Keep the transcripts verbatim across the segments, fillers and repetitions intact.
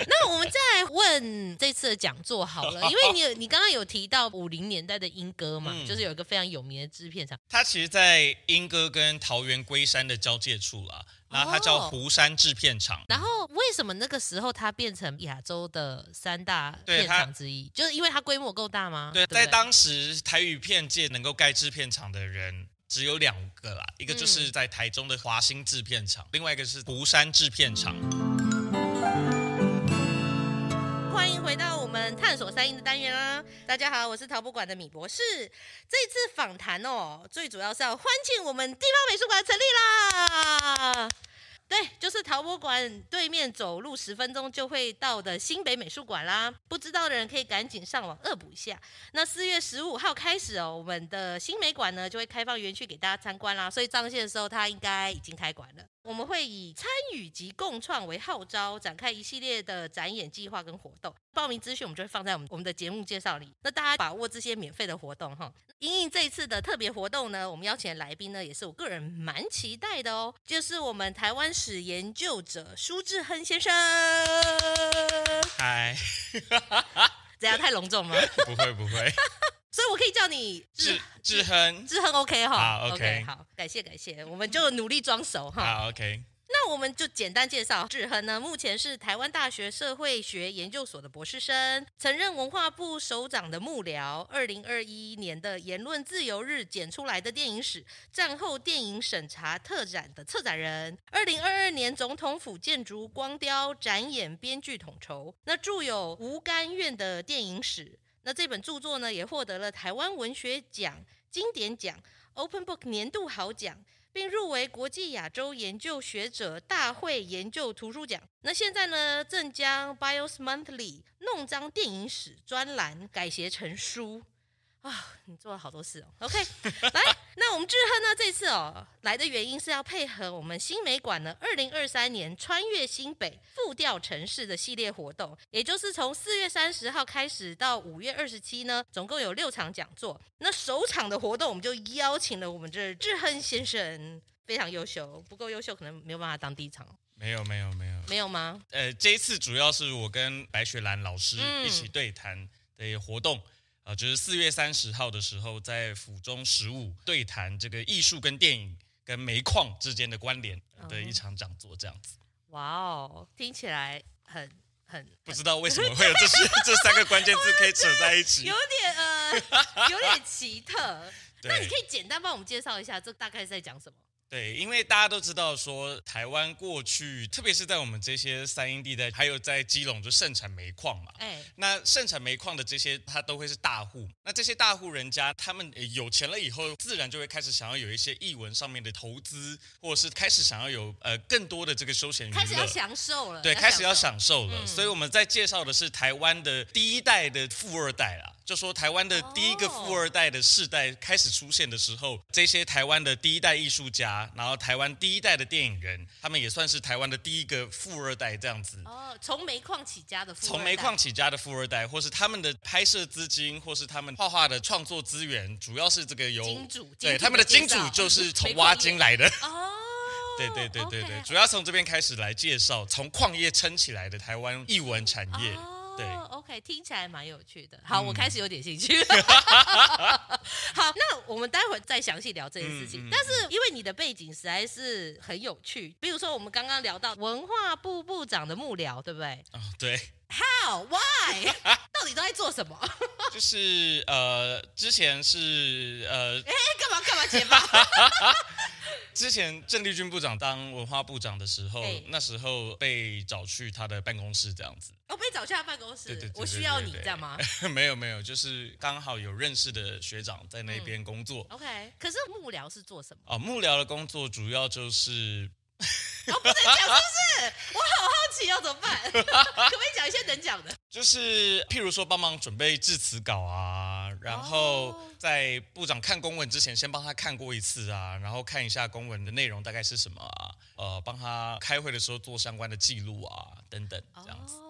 那我们再来问这次的讲座好了，因为你你刚刚有提到五零年代的莺歌嘛、嗯，就是有一个非常有名的制片厂， 它其实在莺歌跟桃园龟山的交界处啦。然后它叫湖山制片厂、哦、 然后为什么那个时候它变成亚洲的三大片厂之一？就是因为它规模够大吗？ 对, 对, 对， 在当时台语片界能够盖制片厂的人只有两个啦，一个就是在台中的华兴制片厂、嗯、另外一个是湖山制片厂。 欢迎回到我们探索三英的单元啦！大家好，我是陶博馆的米博士。这次访谈哦，最主要是要欢庆我们地方美术馆成立啦！对，就是陶博馆对面走路十分钟就会到的新北美术馆啦。不知道的人可以赶紧上网恶补一下。那四月十五号开始哦，我们的新美馆呢就会开放园区给大家参观啦。所以上线的时候，它应该已经开馆了。我们会以参与及共创为号召，展开一系列的展演计划跟活动。报名资讯我们就会放在我们我们的节目介绍里。那大家把握这些免费的活动哈。因应这一次的特别活动呢，我们邀请的来宾呢，也是我个人蛮期待的哦，就是我们台湾史研究者苏致亨先生。 嗨， 这样太隆重吗？ 不会不会。 所以我可以叫你致致亨， 致亨 OK 哈。 好 OK， 好，感谢感谢，我们就努力装熟哈。 好 OK。 那我们就简单介绍致亨呢，目前是台湾大学社会学研究所的博士生，曾任文化部首长的幕僚，二零二一年的言论自由日剪出来的电影史战后电影审查特展的策展人，二零二二年总统府建筑光雕展演编剧统筹，那著有吴甘院的电影史。那这本著作呢，也获得了台湾文学奖、经典奖、Open Book 年度好奖，并入围国际亚洲研究学者大会研究图书奖。那现在呢，正将 Bios Monthly 弄脏电影史专栏改写成书。啊，你做了好多事哦。OK， 来，那我们致亨呢这次哦来的原因是要配合我们新美馆呢二零二三年穿越新北复调城市的系列活动，也就是从四月三十号开始到五月二十七呢，总共有六场讲座。那首场的活动我们就邀请了我们这致亨先生，非常优秀，不够优秀可能没有办法当第一场。 没有没有没有没有吗？ 呃，这一次主要是我跟白雪兰老师一起对谈的活动。嗯呃、就是四月三十号的时候，在府中十五对谈这个艺术跟电影跟煤矿之间的关联的一场讲座，这样子。 哇哦，听起来很很不知道为什么会有这些这三个关键字可以扯在一起， 有点呃，有点奇特。那你可以简单帮我们介绍一下，这大概是在讲什么？ 对，因为大家都知道说台湾过去，特别是在我们这些三英地带，还有在基隆就盛产煤矿嘛。哎，那盛产煤矿的这些，它都会是大户。那这些大户人家，他们有钱了以后，自然就会开始想要有一些艺文上面的投资，或者是开始想要有呃更多的这个休闲娱乐， 开始要享受了。 对，开始要享受了。嗯、所以我们在介绍的是台湾的第一代的富二代啦。就说台湾的第一个富二代的世代开始出现的时候，这些台湾的第一代艺术家，然后台湾第一代的电影人，他们也算是台湾的第一个富二代这样子。 哦，从煤矿起家的富二代。 从煤矿起家的富二代，或是他们的拍摄资金，或是他们画画的创作资源，主要是这个由金主， 对，他们的金主就是从挖金来的。 哦， 对对对对对， okay. 主要从这边开始来介绍，从矿业撑起来的台湾艺文产业。 哦对 ，OK， 听起来蛮有趣的。好，嗯、我开始有点兴趣。好，那我们待会再详细聊这件事情。嗯嗯、但是因为你的背景实在是很有趣，比如说我们刚刚聊到文化部部长的幕僚，对不对？ 哦，对。 How? Why? 到底都在做什么？ 就是呃，之前是呃， 哎，干嘛干嘛结巴？ 之前郑丽君部长当文化部长的时候，那时候被找去他的办公室这样子。 哦，被找去他办公室， 对对对对对对， 我需要你这样吗？ 没有没有，就是刚好有认识的学长在那边工作。 嗯、OK， 可是幕僚是做什么？ 哦，幕僚的工作主要就是。 哦，不能讲是不是？我好好奇要怎么办？可不可以讲一些能讲的？ 就是譬如说帮忙准备致辞稿啊，然后在部长看公文之前，先帮他看过一次啊，然后看一下公文的内容大概是什么啊，呃，帮他开会的时候做相关的记录啊，等等，这样子。 哦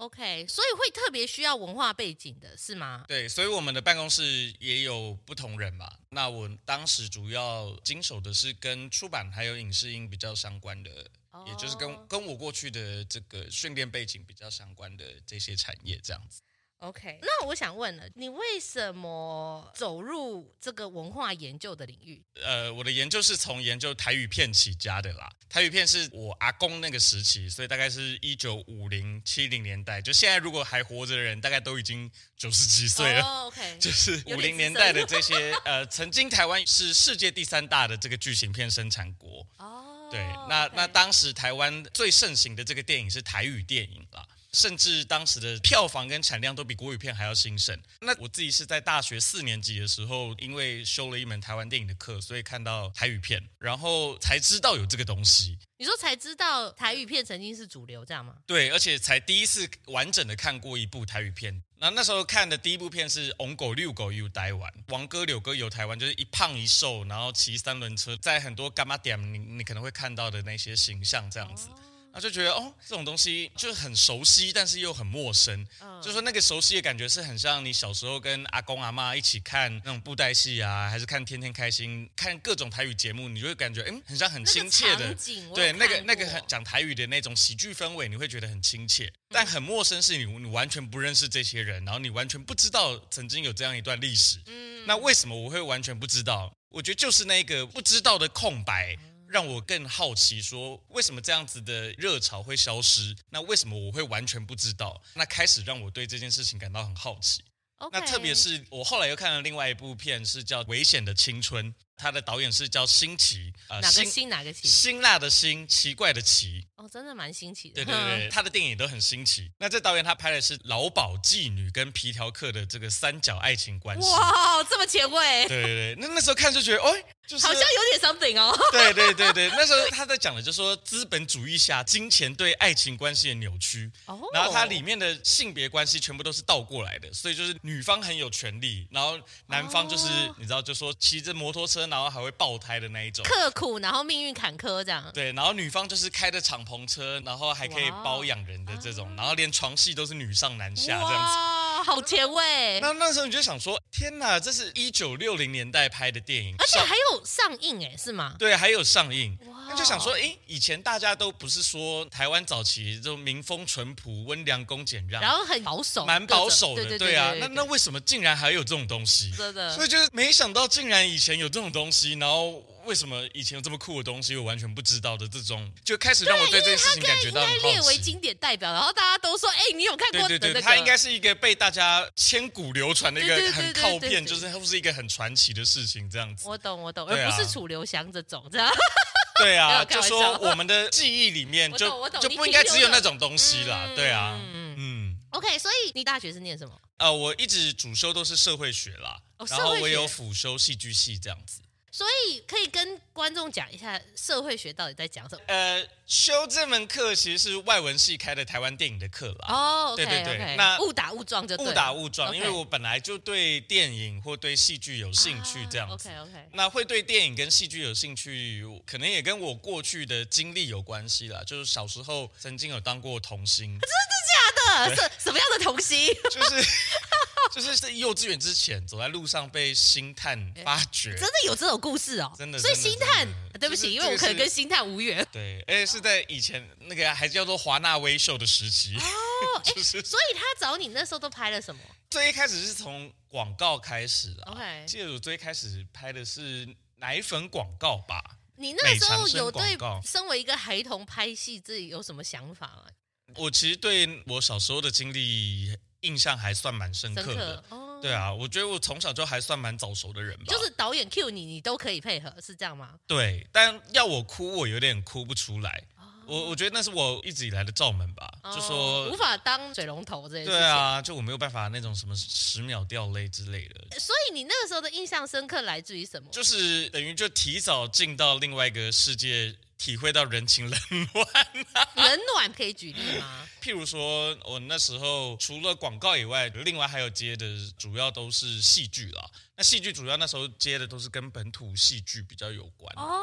OK， 所以会特别需要文化背景的是吗？ 对，所以我们的办公室也有不同人嘛。那我当时主要经手的是跟出版还有影视音比较相关的，哦、也就是跟跟我过去的这个训练背景比较相关的这些产业这样子。 OK， 那我想问了，你为什么走入这个文化研究的领域？ 呃，我的研究是从研究台语片起家的啦。台语片是我阿公那个时期，所以大概是一九五零、七零年代。就现在如果还活着的人，大概都已经九十几岁了。 哦、OK， 就是五零年代的这些呃，曾经台湾是世界第三大的这个剧情片生产国。哦，对，那、okay. 那当时台湾最盛行的这个电影是台语电影啦。甚至当时的票房跟产量都比国语片还要兴盛。那我自己是在大学四年级的时候，因为修了一门台湾电影的课，所以看到台语片，然后才知道有这个东西。 你说才知道台语片曾经是主流，这样吗？ 对，而且才第一次完整的看过一部台语片。那那时候看的第一部片是《王狗六狗游台湾》，王哥柳哥游台湾，就是一胖一瘦，然后骑三轮车，在很多干嘛点你你可能会看到的那些形象这样子。哦，那就觉得哦，这种东西就是很熟悉，但是又很陌生。嗯，就是说那个熟悉的感觉是很像你小时候跟阿公阿嬷一起看那种布袋戏啊，还是看天天开心，看各种台语节目，你就会感觉嗯，很像很亲切的。 那对，那个那个很讲台语的那种喜剧氛围，你会觉得很亲切。嗯，但很陌生是你你完全不认识这些人，然后你完全不知道曾经有这样一段历史。嗯，那为什么我会完全不知道？我觉得就是那个不知道的空白。让我更好奇说为什么这样子的热潮会消失，那为什么我会完全不知道，那开始让我对这件事情感到很好奇。Okay. 那特别是我后来又看了另外一部片是叫《危险的青春》，他的导演是叫辛奇、 呃、哪个辛哪个奇？ 辛辣的辛，奇怪的奇。 哦，真的蛮新奇的。 对对对，他的电影都很新奇。那这导演他拍的是劳保妓女跟皮条客的这个三角爱情关系。 哇，这么前卫。 对对对，那那时候看就觉得，哦，就是好像有点 something 哦。 对对对对，那时候他在讲的就是说资本主义下金钱对爱情关系的扭曲。哦。然后它里面的性别关系全部都是倒过来的，所以就是女方很有权利，然后男方就是、哦、你知道，就说骑着摩托车，然后还会爆胎的那一种， 刻苦，然后命运坎坷这样。 对，然后女方就是开着敞篷车，然后还可以包养人的这种，然后连床戏都是女上男下这样子。 哇，好前卫。 那那时候你就想说，天哪，这是一九六零年代拍的电影， 而且还有上映哎，是吗？ 对，还有上映。那就想说，哎，以前大家都不是说台湾早期这种民风淳朴、温良恭俭让， 然后很保守， 蛮保守的， 对, 对, 对, 对, 对啊。那那为什么竟然还有这种东西？ 真的， 所以就是没想到竟然以前有这种东西，然后为什么以前有这么酷的东西，我完全不知道的这种，就开始让我对这件事情感觉到很好奇。 应该列为经典代表，然后大家都说，哎，你有看过的、那個？ 对对对，它应该是一个被大家千古流传的一个很靠片，就是它是一个很传奇的事情，这样子。 我懂我懂，而不是楚留香这种这样。 对啊，就说我们的记忆里面就就不应该只有那种东西啦，嗯、对啊，嗯嗯。 OK， 所以你大学是念什么？ 呃，我一直主修都是社会学啦， 哦、 然后我有辅修戏剧系这样子。 所以可以跟观众讲一下社会学到底在讲什么？ 呃，修这门课其实是外文系开的台湾电影的课啦。 哦、oh, okay, 对对对， okay. 那误打误撞就对了。 误打误撞， okay. 因为我本来就对电影或对戏剧有兴趣，这样子。 啊、OK OK。 那会对电影跟戏剧有兴趣，可能也跟我过去的经历有关系啦。就是小时候曾经有当过童星。 真的假的？是什么样的童星？ 就是。就是在幼稚园之前，走在路上被星探发掘， 真的有这种故事哦， 真的。 所以星探，对不起， 就是、 因为我可能跟星探无缘。 对，而且是在以前那个还叫做华纳威秀的时期。 哦，就是，所以他找你那时候都拍了什么？ 最一开始是从广告开始的。 OK， 记得我最开始拍的是奶粉广告吧？ 你那时候有对身为一个孩童拍戏，这有什么想法啊？ 我其实对我小时候的经历。印象还算蛮深刻的，哦、对啊，我觉得我从小就还算蛮早熟的人吧。 就是导演 cue 你，你都可以配合，是这样吗？ 对，但要我哭，我有点哭不出来。哦、我我觉得那是我一直以来的罩门吧，哦、就说无法当水龙头这些事情。 对啊，就我没有办法那种什么十秒掉泪之类的。 所以你那个时候的印象深刻来自于什么？ 就是等于就提早进到另外一个世界。体会到人情冷暖、啊， 冷暖可以举例吗？ 譬如说，我那时候除了广告以外，另外还有接的主要都是戏剧啦。那戏剧主要那时候接的都是跟本土戏剧比较有关。哦，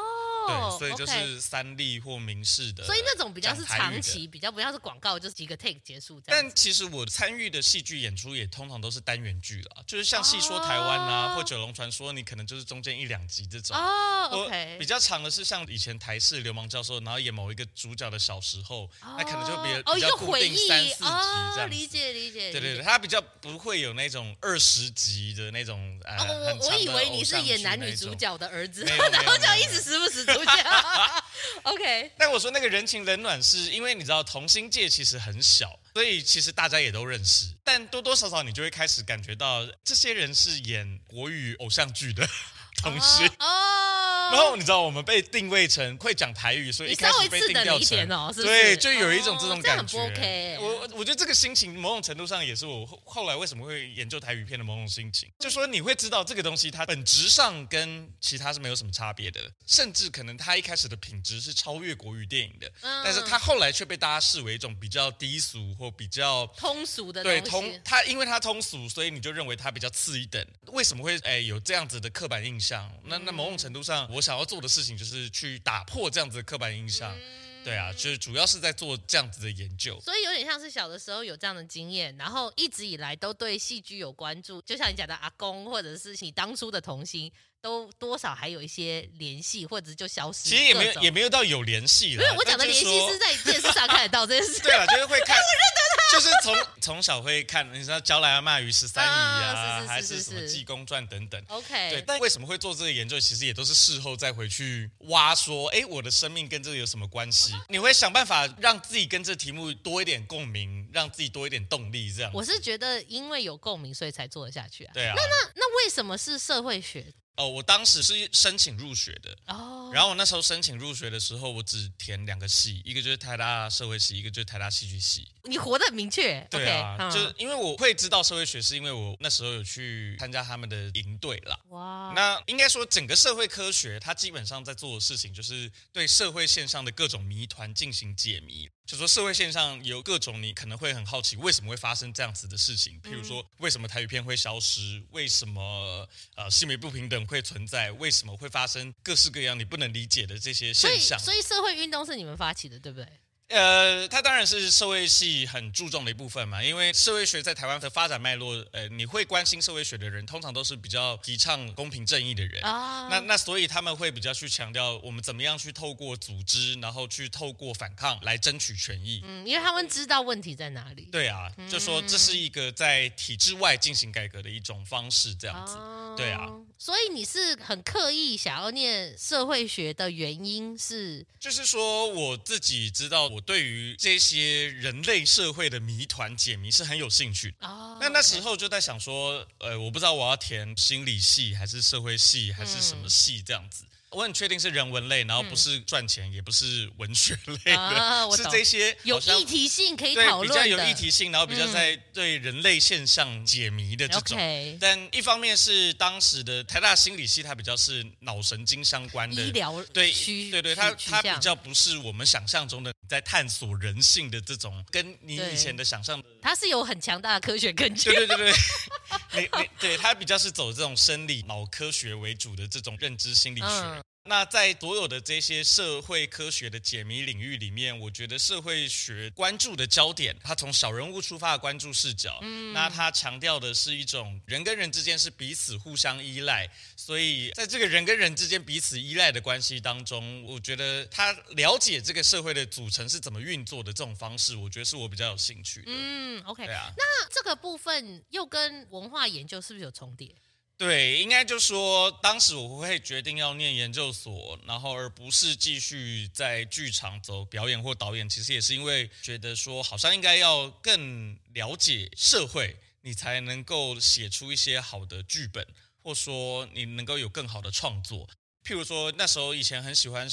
对，所以就是三立或民视的， 所以那种比较是长期，比较不像是广告，就是几个 take 结束这样。 但其实我参与的戏剧演出也通常都是单元剧啦，就是像戏说台湾啊，哦、或九龙传说，你可能就是中间一两集这种。 哦 ，OK。 比较长的是像以前台视流氓教授，然后演某一个主角的小时候，哦、那可能就比较、 哦、 比较固定三四集这样子。 哦、理解理解。 对对对，他比较不会有那种二十集的那种呃、 哦、 很长的偶像剧那种。 我以为你是演男女主角的儿子， 然后就一直时不时出现。OK。 但我说那个人情冷暖，是因为你知道童星界其实很小。所以其实大家也都认识，但多多少少你就会开始感觉到这些人是演国语偶像剧的童星哦。然后你知道我们被定位成会讲台语，所以一开始被定调成哦，是对，就有一种这种感觉。 哦、这很不 OK。 我我觉得这个心情某种程度上也是我后来为什么会研究台语片的某种心情，就说你会知道这个东西它本质上跟其他是没有什么差别的，甚至可能它一开始的品质是超越国语电影的，嗯、但是它后来却被大家视为一种比较低俗或比较通俗的东西。对，通它因为它通俗，所以你就认为它比较次一等。为什么会哎有这样子的刻板印象？那那某种程度上，我想要做的事情就是去打破这样子的刻板印象。嗯、对啊，就是主要是在做这样子的研究。 所以有点像是小的时候有这样的经验，然后一直以来都对戏剧有关注。就像你讲的阿公，或者是你当初的童星。都多少还有一些联系，或者就消失。 其实也没有也没有到有联系了。 因为我讲的联系是在电视上看得到这件事。 对了，就是会看，我认得他，就是从从小会看，你知道《娇来阿嬷与十三姨》啊，还是什么《济公传》等等。 OK。 对，但为什么会做这个研究？其实也都是事后再回去挖，说，哎，我的生命跟这个有什么关系？你会想办法让自己跟这题目多一点共鸣，让自己多一点动力，这样。 我是觉得，因为有共鸣，所以才做得下去啊。 对啊。 那那那为什么是社会学？ 哦，我当时是申请入学的，哦，然后我那时候申请入学的时候，我只填两个系，一个就是台大社会系，一个就是台大戏剧系。 你活得很明确， 对啊， okay, 就是因为我会知道社会学，是因为我那时候有去参加他们的营队啦。哇，那应该说整个社会科学，它基本上在做的事情，就是对社会现象的各种谜团进行解谜。就说社会现象有各种，你可能会很好奇，为什么会发生这样子的事情？譬如说，为什么台语片会消失？为什么呃性别不平等会存在？为什么会发生各式各样你不能理解的这些现象？ 所以，所以社会运动是你们发起的，对不对？ 呃，它当然是社会系很注重的一部分嘛，因为社会学在台湾的发展脉络，呃，你会关心社会学的人，通常都是比较提倡公平正义的人啊。那那所以他们会比较去强调我们怎么样去透过组织，然后去透过反抗来争取权益。 嗯，因为他们知道问题在哪里。 对啊，就说这是一个在体制外进行改革的一种方式，这样子。哦、对啊。 所以你是很刻意想要念社会学的原因是？ 就是说我自己知道我。对于这些人类社会的谜团解谜是很有兴趣的。哦，那那时候就在想说，呃，我不知道我要填心理系还是社会系还是什么系这样子。我很确定是人文类，然后不是赚钱，嗯、也不是文学类的，啊、是这些有议题性可以讨论的， 比较有议题性，然后比较在对人类现象解谜的这种。嗯、但一方面是当时的台大心理系，它比较是脑神经相关的医疗对区， 对对，它它比较不是我们想象中的在探索人性的这种，跟你以前的想象的， 它是有很强大的科学根据。 对对对对，你你对它比较是走这种生理脑科学为主的这种认知心理学。嗯，那在所有的这些社会科学的解谜领域里面，我觉得社会学关注的焦点，它从小人物出发的关注视角，嗯，那它强调的是一种人跟人之间是彼此互相依赖，所以在这个人跟人之间彼此依赖的关系当中，我觉得他了解这个社会的组成是怎么运作的这种方式，我觉得是我比较有兴趣的。 嗯 ，OK， 对啊， 那这个部分又跟文化研究是不是有重叠？ 对，应该就说当时我会决定要念研究所，然后而不是继续在剧场走表演或导演，其实也是因为觉得说好像应该要更了解社会，你才能够写出一些好的剧本，或说你能够有更好的创作。譬如说那时候以前很喜欢像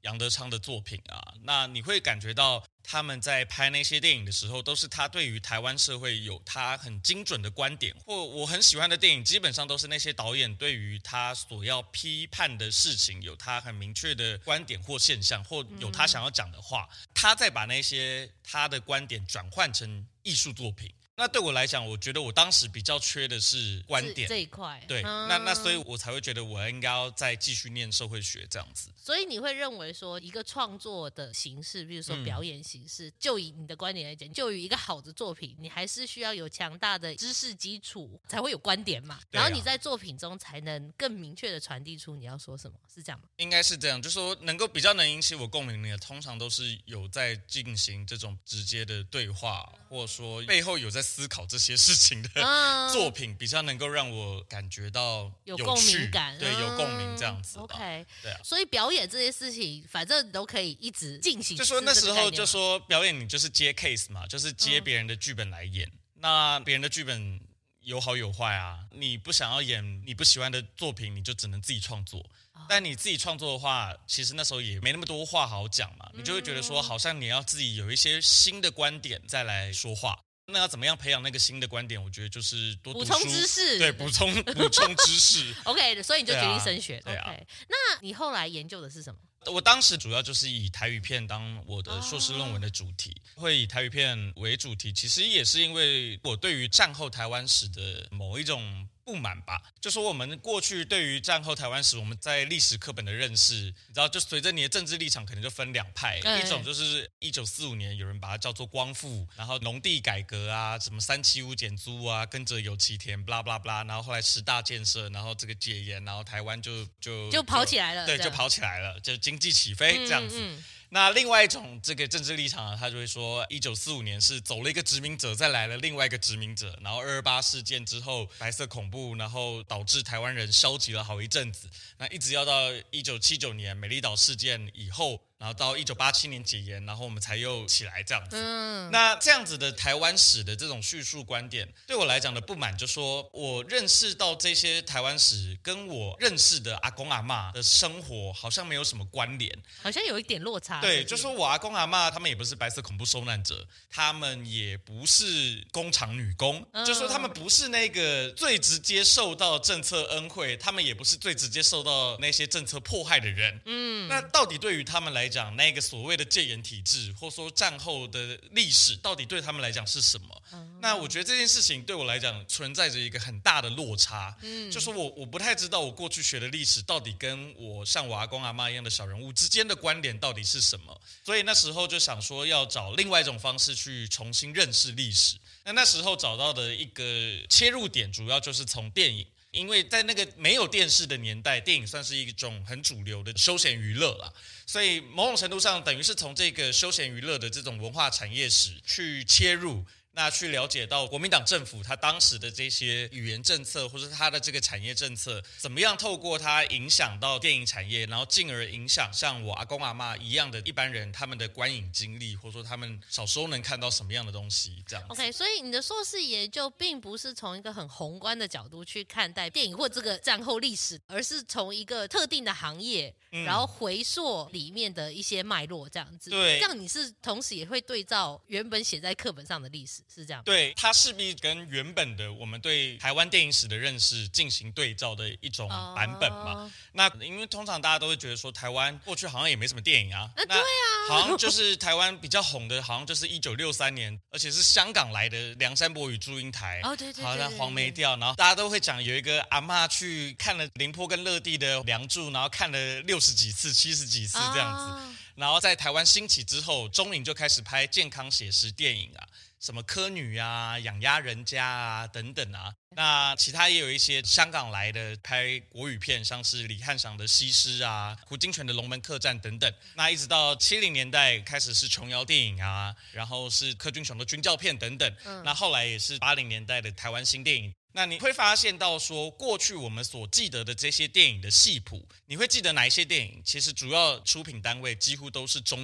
杨德昌的作品啊，那你会感觉到他们在拍那些电影的时候，都是他对于台湾社会有他很精准的观点，或我很喜欢的电影，基本上都是那些导演对于他所要批判的事情有他很明确的观点或现象，或有他想要讲的话，他再把那些他的观点转换成艺术作品。那对我来讲，我觉得我当时比较缺的是观点这一块， 对，嗯、那那所以我才会觉得我应该要再继续念社会学这样子。 所以你会认为说，一个创作的形式，比如说表演形式，嗯、就以你的观点来讲，就以一个好的作品，你还是需要有强大的知识基础，才会有观点嘛。然后你在作品中才能更明确的传递出你要说什么，是这样吗？ 应该是这样，就是说能够比较能引起我共鸣的，通常都是有在进行这种直接的对话，或者说背后有在思考这些事情的作品，比较能够让我感觉到有有共鸣感， 对，有共鸣这样子。 OK， 对啊， 所以表演这些事情，反正都可以一直进行。 就说那时候就说表演，你就是接 case 嘛，就是接别人的剧本来演。嗯、那别人的剧本有好有坏啊，你不想要演你不喜欢的作品，你就只能自己创作。但你自己创作的话，其实那时候也没那么多话好讲嘛，你就会觉得说，好像你要自己有一些新的观点再来说话。那要怎么样培养那个新的观点？我觉得就是多读书， 补充知识， 对，补充补充知识。 OK， 所以你就决定升学。 对啊， OK， 那你后来研究的是什么？ 我当时主要就是以台语片当我的硕士论文的主题，哦、会以台语片为主题，其实也是因为我对于战后台湾史的某一种不满吧，就说我们过去对于战后台湾史，我们在历史课本的认识，你知道，就随着你的政治立场，可能就分两派，哎、一种就是一九四五年有人把它叫做光复，然后农地改革啊，什么三七五减租啊，跟着有其田，blah blah blah，然后后来十大建设，然后这个戒严，然后台湾就就就跑起来了， 对，就跑起来了，就经济起飞这样子。嗯嗯，那另外一种这个政治立场，他就会说，一九四五年是走了一个殖民者，再来了另外一个殖民者，然后二二八事件之后，白色恐怖，然后导致台湾人消极了好一阵子，那一直要到一九七九年美丽岛事件以后。然后到一九八七年解严，然后我们才又起来这样子。嗯，那这样子的台湾史的这种叙述观点，对我来讲的不满，就说我认识到这些台湾史跟我认识的阿公阿嬷的生活好像没有什么关联， 好像有一点落差。 对，就说我阿公阿嬷他们也不是白色恐怖受难者，他们也不是工厂女工，嗯、就说他们不是那个最直接受到政策恩惠，他们也不是最直接受到那些政策迫害的人。嗯，那到底对于他们来讲，那个所谓的戒严体制，或者说战后的历史，到底对他们来讲是什么？嗯、那我觉得这件事情对我来讲存在着一个很大的落差。嗯，就说我我不太知道我过去学的历史到底跟我像我阿公阿嬷一样的小人物之间的关联到底是什么，所以那时候就想说要找另外一种方式去重新认识历史。那那时候找到的一个切入点，主要就是从电影。因为在那个没有电视的年代，电影算是一种很主流的休闲娱乐啦，所以某种程度上等于是从这个休闲娱乐的这种文化产业史去切入，那去了解到国民党政府他当时的这些语言政策，或是他的这个产业政策怎么样透过它影响到电影产业，然后进而影响像我阿公阿嬷一样的一般人他们的观影经历，或者说他们小时候能看到什么样的东西这样子。 OK， 所以你的硕士研究并不是从一个很宏观的角度去看待电影或这个战后历史，而是从一个特定的行业、嗯、然后回溯里面的一些脉络这样子。 对， 这样你是同时也会对照原本写在课本上的历史，是这样？ 对，它势必跟原本的我们对台湾电影史的认识进行对照的一种版本嘛。哦、那因为通常大家都会觉得说台湾过去好像也没什么电影啊， 啊对啊， 好像就是台湾比较红的，好像就是一九六三年，而且是香港来的梁山伯与祝英台， 哦对对对， 好像黄梅调，然后大家都会讲有一个阿嬷去看了凌波跟乐蒂的《梁祝》，然后看了六十几次、七十几次这样子，哦、然后在台湾兴起之后，中影就开始拍健康写实电影啊。什么柯女啊、养鸭人家啊等等啊，那其他也有一些香港来的拍国语片，像是李翰祥的《西施》啊、胡金铨的《龙门客栈》等等。那一直到七零年代开始是琼瑶电影啊，然后是柯俊雄的军教片等等。嗯、那后来也是八零年代的台湾新电影。那你会发现到说，过去我们所记得的这些电影的系谱，你会记得哪一些电影？其实主要出品单位几乎都是中影。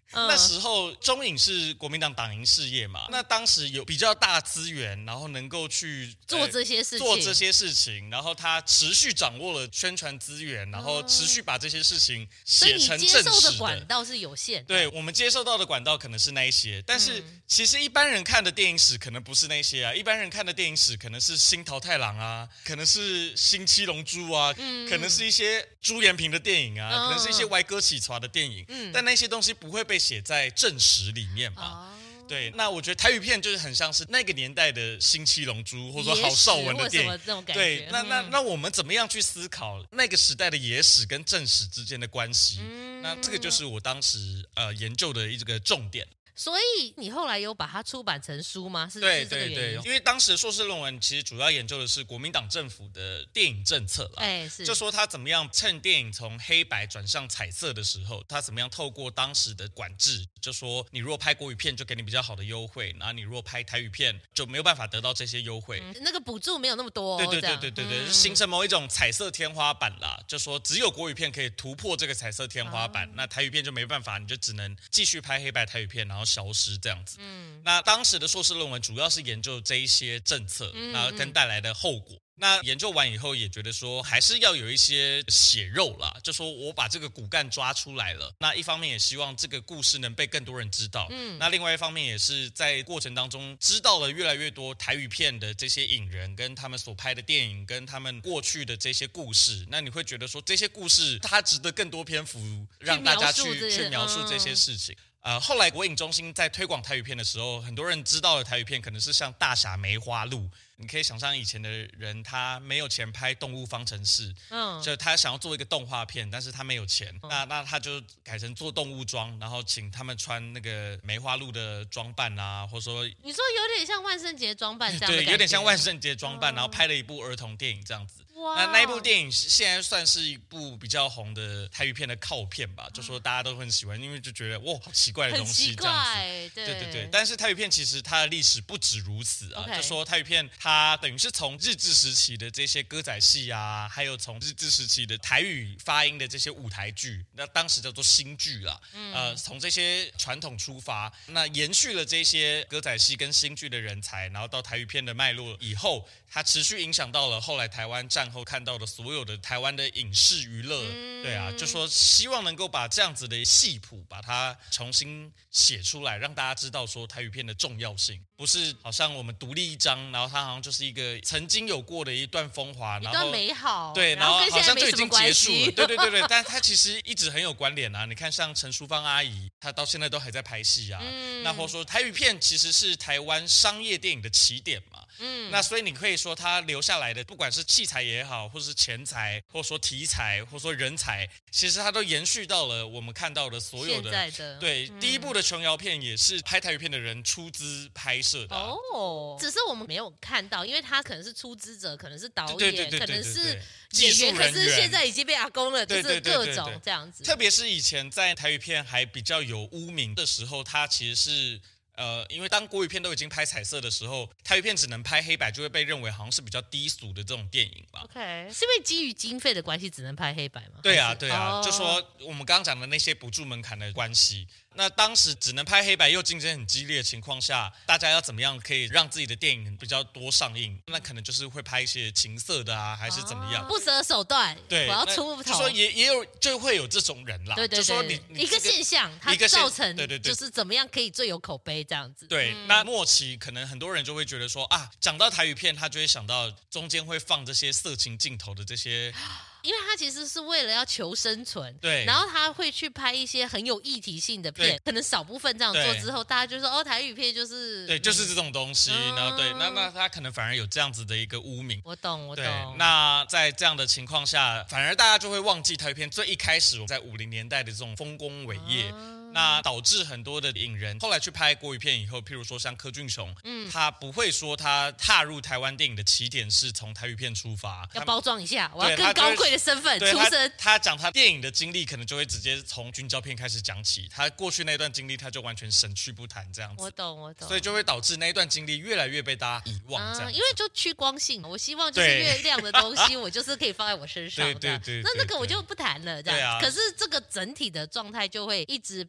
嗯、那时候中影是国民党党营事业嘛，那当时有比较大资源，然后能够去做这些事情， 做这些事情，然后他持续掌握了宣传资源，然后持续把这些事情写成正史的。 所以你接受的管道是有限的。 对，我们接受到的管道可能是那一些，但是其实一般人看的电影史可能不是那些啊，一般人看的电影史可能是新桃太郎啊，可能是新七龙珠啊，嗯、可能是一些朱延平的电影啊，嗯、可能是一些歪哥起床的电影，嗯、但那些东西不会被写在正史里面嘛。哦，对，那我觉得台语片就是很像是那个年代的新七龙珠，或者说郝邵文的电影，对，那那那我们怎么样去思考那个时代的野史跟正史之间的关系？嗯、那这个就是我当时呃研究的一个重点。 所以你后来有把它出版成书吗？是对是这个原因？ 对对，因为当时的硕士论文其实主要研究的是国民党政府的电影政策啦， 哎，是， 就说他怎么样趁电影从黑白转向彩色的时候，他怎么样透过当时的管制，就说你如果拍国语片就给你比较好的优惠，然后你如果拍台语片就没有办法得到这些优惠， 嗯、那个补助没有那么多、哦， 对对对对对对，嗯、形成某一种彩色天花板啦，就说只有国语片可以突破这个彩色天花板，啊、那台语片就没办法，你就只能继续拍黑白台语片，然后消失这样子。嗯，那当时的硕士论文主要是研究这一些政策，那跟带来的后果。那研究完以后也觉得说还是要有一些血肉啦，就说我把这个骨干抓出来了，那一方面也希望这个故事能被更多人知道，嗯，那另外一方面也是在过程当中知道了越来越多台语片的这些影人跟他们所拍的电影跟他们过去的这些故事，那你会觉得说这些故事它值得更多篇幅让大家去去描述这些事情。呃，后来国影中心在推广台语片的时候，很多人知道的台语片可能是像《大侠梅花鹿》，你可以想象以前的人他没有钱拍《动物方程式》，嗯，就他想要做一个动画片，但是他没有钱，嗯、那那他就改成做动物装，然后请他们穿那个梅花鹿的装扮啊，或者说你说有点像万圣节装扮这样的感觉， 对，有点像万圣节装扮，嗯、然后拍了一部儿童电影这样子。那那一部电影现在算是一部比较红的台语片的靠片吧，就说大家都很喜欢，因为就觉得哇，好奇怪的东西这样子。 对对对对。但是台语片其实它的历史不止如此啊， okay. 就说台语片它等于是从日治时期的这些歌仔戏啊，还有从日治时期的台语发音的这些舞台剧，那当时叫做新剧啦，嗯、呃，从这些传统出发，那延续了这些歌仔戏跟新剧的人才，然后到台语片的脉络以后，它持续影响到了后来台湾战后看到的所有的台湾的影视娱乐，嗯、对啊，就说希望能够把这样子的戏谱把它重新写出来，让大家知道说台语片的重要性，不是好像我们独立一章，然后它好像就是一个曾经有过的一段风华， 一段美好， 对，然后好像就已经结束了，对对对对，但它其实一直很有关联啊。你看像陈淑芳阿姨，她到现在都还在拍戏啊，嗯、那或者说台语片其实是台湾商业电影的起点嘛，嗯，那所以你可以说它留下来的，不管是器材也好，或是钱财，或者说题材，或者说人才，其实它都延续到了我们看到的所有的。 现在的对、嗯、第一部的琼瑶片也是拍台语片的人出资拍摄的、啊、 哦，只是我们没有看到，因为他可能是出资者，可能是导演， 对对对对对对对， 可能是演员，可是现在已经被阿公了， 对对对对对对， 就是各种这样子。 特别是以前在台语片还比较有污名的时候，它其实是。呃，因为当国语片都已经拍彩色的时候，台语片只能拍黑白，就会被认为好像是比较低俗的这种电影吧。 OK， 是因为基于经费的关系，只能拍黑白吗？ 对啊，对啊， oh. 就说我们刚刚讲的那些补助门槛的关系。那当时只能拍黑白又竞争很激烈的情况下，大家要怎么样可以让自己的电影比较多上映？那可能就是会拍一些情色的啊，还是怎么样？ 不择手段， 对， 我要出头。 就说也也有就会有这种人啦， 对对对， 就说你, 你、 这个、一个现象，它造成对对对，就是怎么样可以最有口碑这样子。 对，嗯、那末期可能很多人就会觉得说啊，讲到台语片，他就会想到中间会放这些色情镜头的这些。 因为他其实是为了要求生存， 对， 然后他会去拍一些很有议题性的片，可能少部分这样做之后，大家就说哦，台语片就是对，就是这种东西，嗯、然后对，那那他可能反而有这样子的一个污名。 我懂，我懂。 对，那在这样的情况下，反而大家就会忘记台语片最一开始在五零年代的这种丰功伟业。嗯那导致很多的影人后来去拍国语片以后，譬如说像柯俊雄，嗯，他不会说他踏入台湾电影的起点是从台语片出发， 要包装一下，我要更高贵的身份出身。 他讲他电影的经历，可能就会直接从军教片开始讲起，他过去那段经历，他就完全省去不谈这样子。 我懂，我懂。 所以就会导致那一段经历越来越被大家遗忘，这样、嗯。 因为就趋光性，我希望就是越亮的东西，我就是可以放在我身上。 对对 对, 对, 对, 对。 那那个我就不谈了，这样。 对啊。 可是这个整体的状态就会一直被。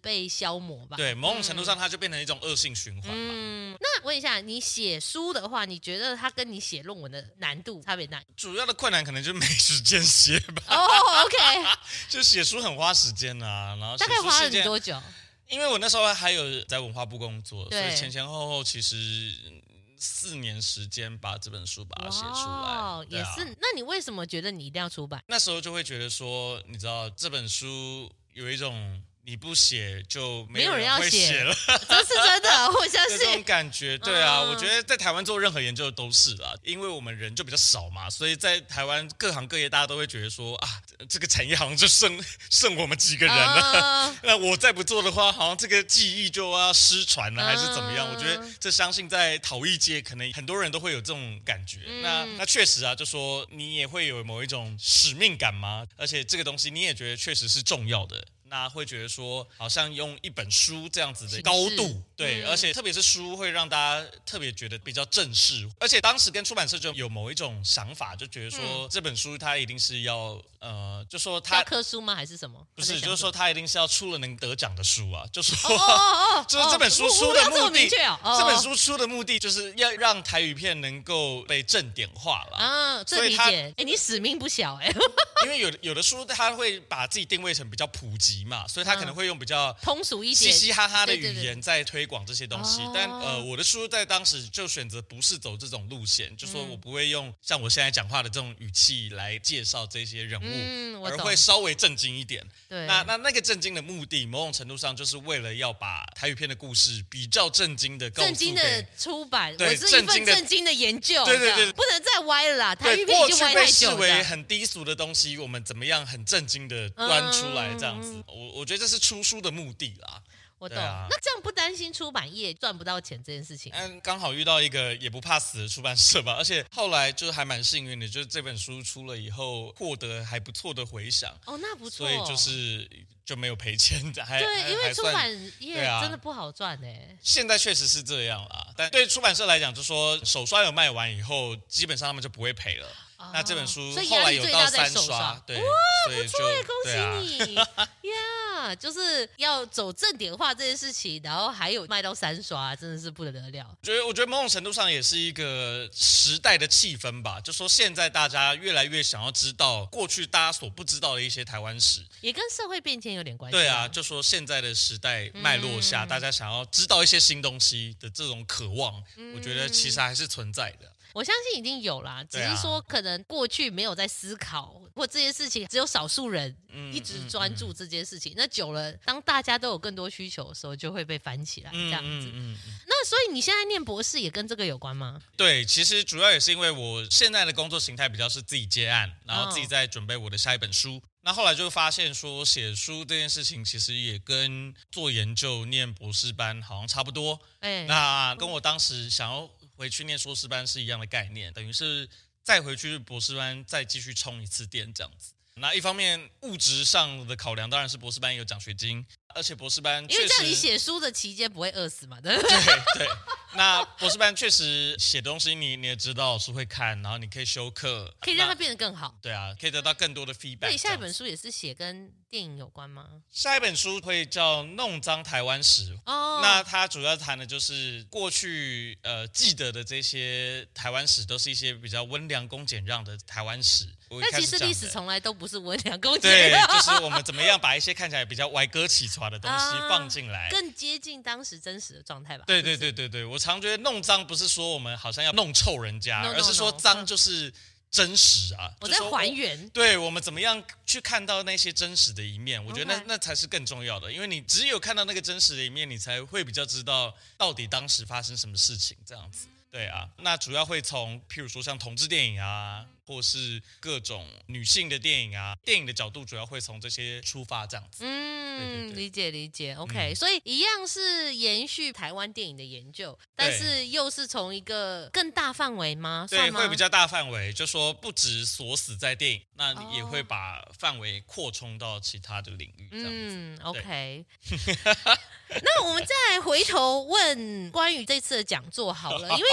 被消磨吧。 对，某种程度上它就变成一种恶性循环嘛。 嗯，那问一下，你写书的话，你觉得它跟你写论文的难度差别大？ 主要的困难可能就是没时间写吧。 哦、oh, ，OK， 就写书很花时间啊，然后大概花了你多久？ 因为我那时候还有在文化部工作，所以前前后后其实四年时间把这本书把它写出来。哦， 也是。那你为什么觉得你一定要出版？ 那时候就会觉得说，你知道这本书有一种你不写就没有人会写了， 这是真的，我相信这种感觉。对啊、嗯，我觉得在台湾做任何研究都是啦，因为我们人就比较少嘛，所以在台湾各行各业大家都会觉得说啊，这个产业好像就剩剩我们几个人了，嗯、那我再不做的话，好像这个技艺就要失传了，还是怎么样？嗯、我觉得这相信在陶艺界可能很多人都会有这种感觉。嗯、那那确实啊，就说你也会有某一种使命感嘛，而且这个东西你也觉得确实是重要的。那会觉得说，好像用一本书这样子的高度，对、嗯，而且特别是书会让大家特别觉得比较正式，而且当时跟出版社就有某一种想法，就觉得说、嗯、这本书它一定是要呃，就说它教科书吗？还是什么？ 不是，就是说它一定是要出了能得奖的书啊，就说哦哦哦就是这本书出的目的， 哦哦、 这本书出的目的就是要让台语片能够被正典化了啊，这理解。哎，你使命不小哎、欸， 因为有的有的书它会把自己定位成比较普及嘛，所以他可能会用比较通俗一点、 嘻嘻哈哈的语言在推广这些东西。对对对，但呃，我的书在当时就选择不是走这种路线，就说我不会用像我现在讲话的这种语气来介绍这些人物，嗯、而会稍微正经一点。对，那那那个正经的目的，某种程度上就是为了要把台语片的故事比较正经的告诉给， 正经的出版， 对， 我是一份正经的研究， 对对 对, 对， 不能再歪了啦。台语片已经歪太久了。 过去被视为很低俗的东西，我们怎么样很正经的端出来这样子？嗯、我我觉得这是出书的目的啦。 我懂、啊，那这样不担心出版业赚不到钱这件事情？ 嗯，刚好遇到一个也不怕死的出版社吧，而且后来就还蛮幸运的，就是这本书出了以后获得还不错的回响。 哦，那不错， 所以就是就没有赔钱，还对，因为出版业真的不好赚哎、欸啊。 现在确实是这样啦，但对出版社来讲，就说首刷有卖完以后，基本上他们就不会赔了。哦、那这本书后来有到三刷，对， 哇，不错耶，恭喜你呀！ yeah, 就是要走正点化这件事情，然后还有卖到三刷，真的是不得了。 我觉得，我觉得某种程度上也是一个时代的气氛吧。就说现在大家越来越想要知道过去大家所不知道的一些台湾史， 也跟社会变迁有点关系。 对啊，就说现在的时代脉络下、嗯，大家想要知道一些新东西的这种渴望，嗯、我觉得其实还是存在的。 我相信一定有啦，只是说可能过去没有在思考，或这件事情只有少数人一直专注这件事情。嗯嗯嗯、那久了，当大家都有更多需求的时候，就会被翻起来这样子。嗯嗯嗯、那所以你现在念博士也跟这个有关吗？ 对，其实主要也是因为我现在的工作形态比较是自己接案，然后自己在准备我的下一本书。哦，那后来就发现说，写书这件事情其实也跟做研究、念博士班好像差不多。欸、那跟我当时想要回去念硕士班是一样的概念，等于是再回去博士班再继续冲一次电这样子。那一方面物质上的考量当然是博士班有奖学金，而且博士班确实因为这样你写书的期间不会饿死嘛，对不对？ 对对。那博士班确实写东西你你也知道老师会看，然后你可以修课， 可以让它变得更好。 对啊，可以得到更多的 feedback。那你下一本书也是写跟电影有关吗？ 下一本书会叫《弄脏台湾史》哦，那它主要谈的就是过去呃记得的这些台湾史，都是一些比较温良恭俭让的台湾史。 但其实历史从来都不是温良恭俭让， 对，就是我们怎么样把一些看起来比较歪歌起床的东西放进来， 啊，更接近当时真实的状态吧。 对对对对对，我常觉得弄脏不是说我们好像要弄臭人家， no, no, no, 而是说脏就是真实啊。 我在还原， 我对我们怎么样去看到那些真实的一面，我觉得那、okay. 那才是更重要的，因为你只有看到那个真实的一面，你才会比较知道到底当时发生什么事情这样子。对啊，那主要会从譬如说像同志电影啊，或是各种女性的电影啊，电影的角度主要会从这些出发这样子。 嗯， 对对对， 理解理解 OK、嗯、所以一样是延续台湾电影的研究，但是又是从一个更大范围吗？ 对， 算吗？ 会比较大范围，就说不只锁死在电影，那你也会把范围扩充到其他的领域这样子。 嗯 OK 那我们再回头问关于这次的讲座好了，因为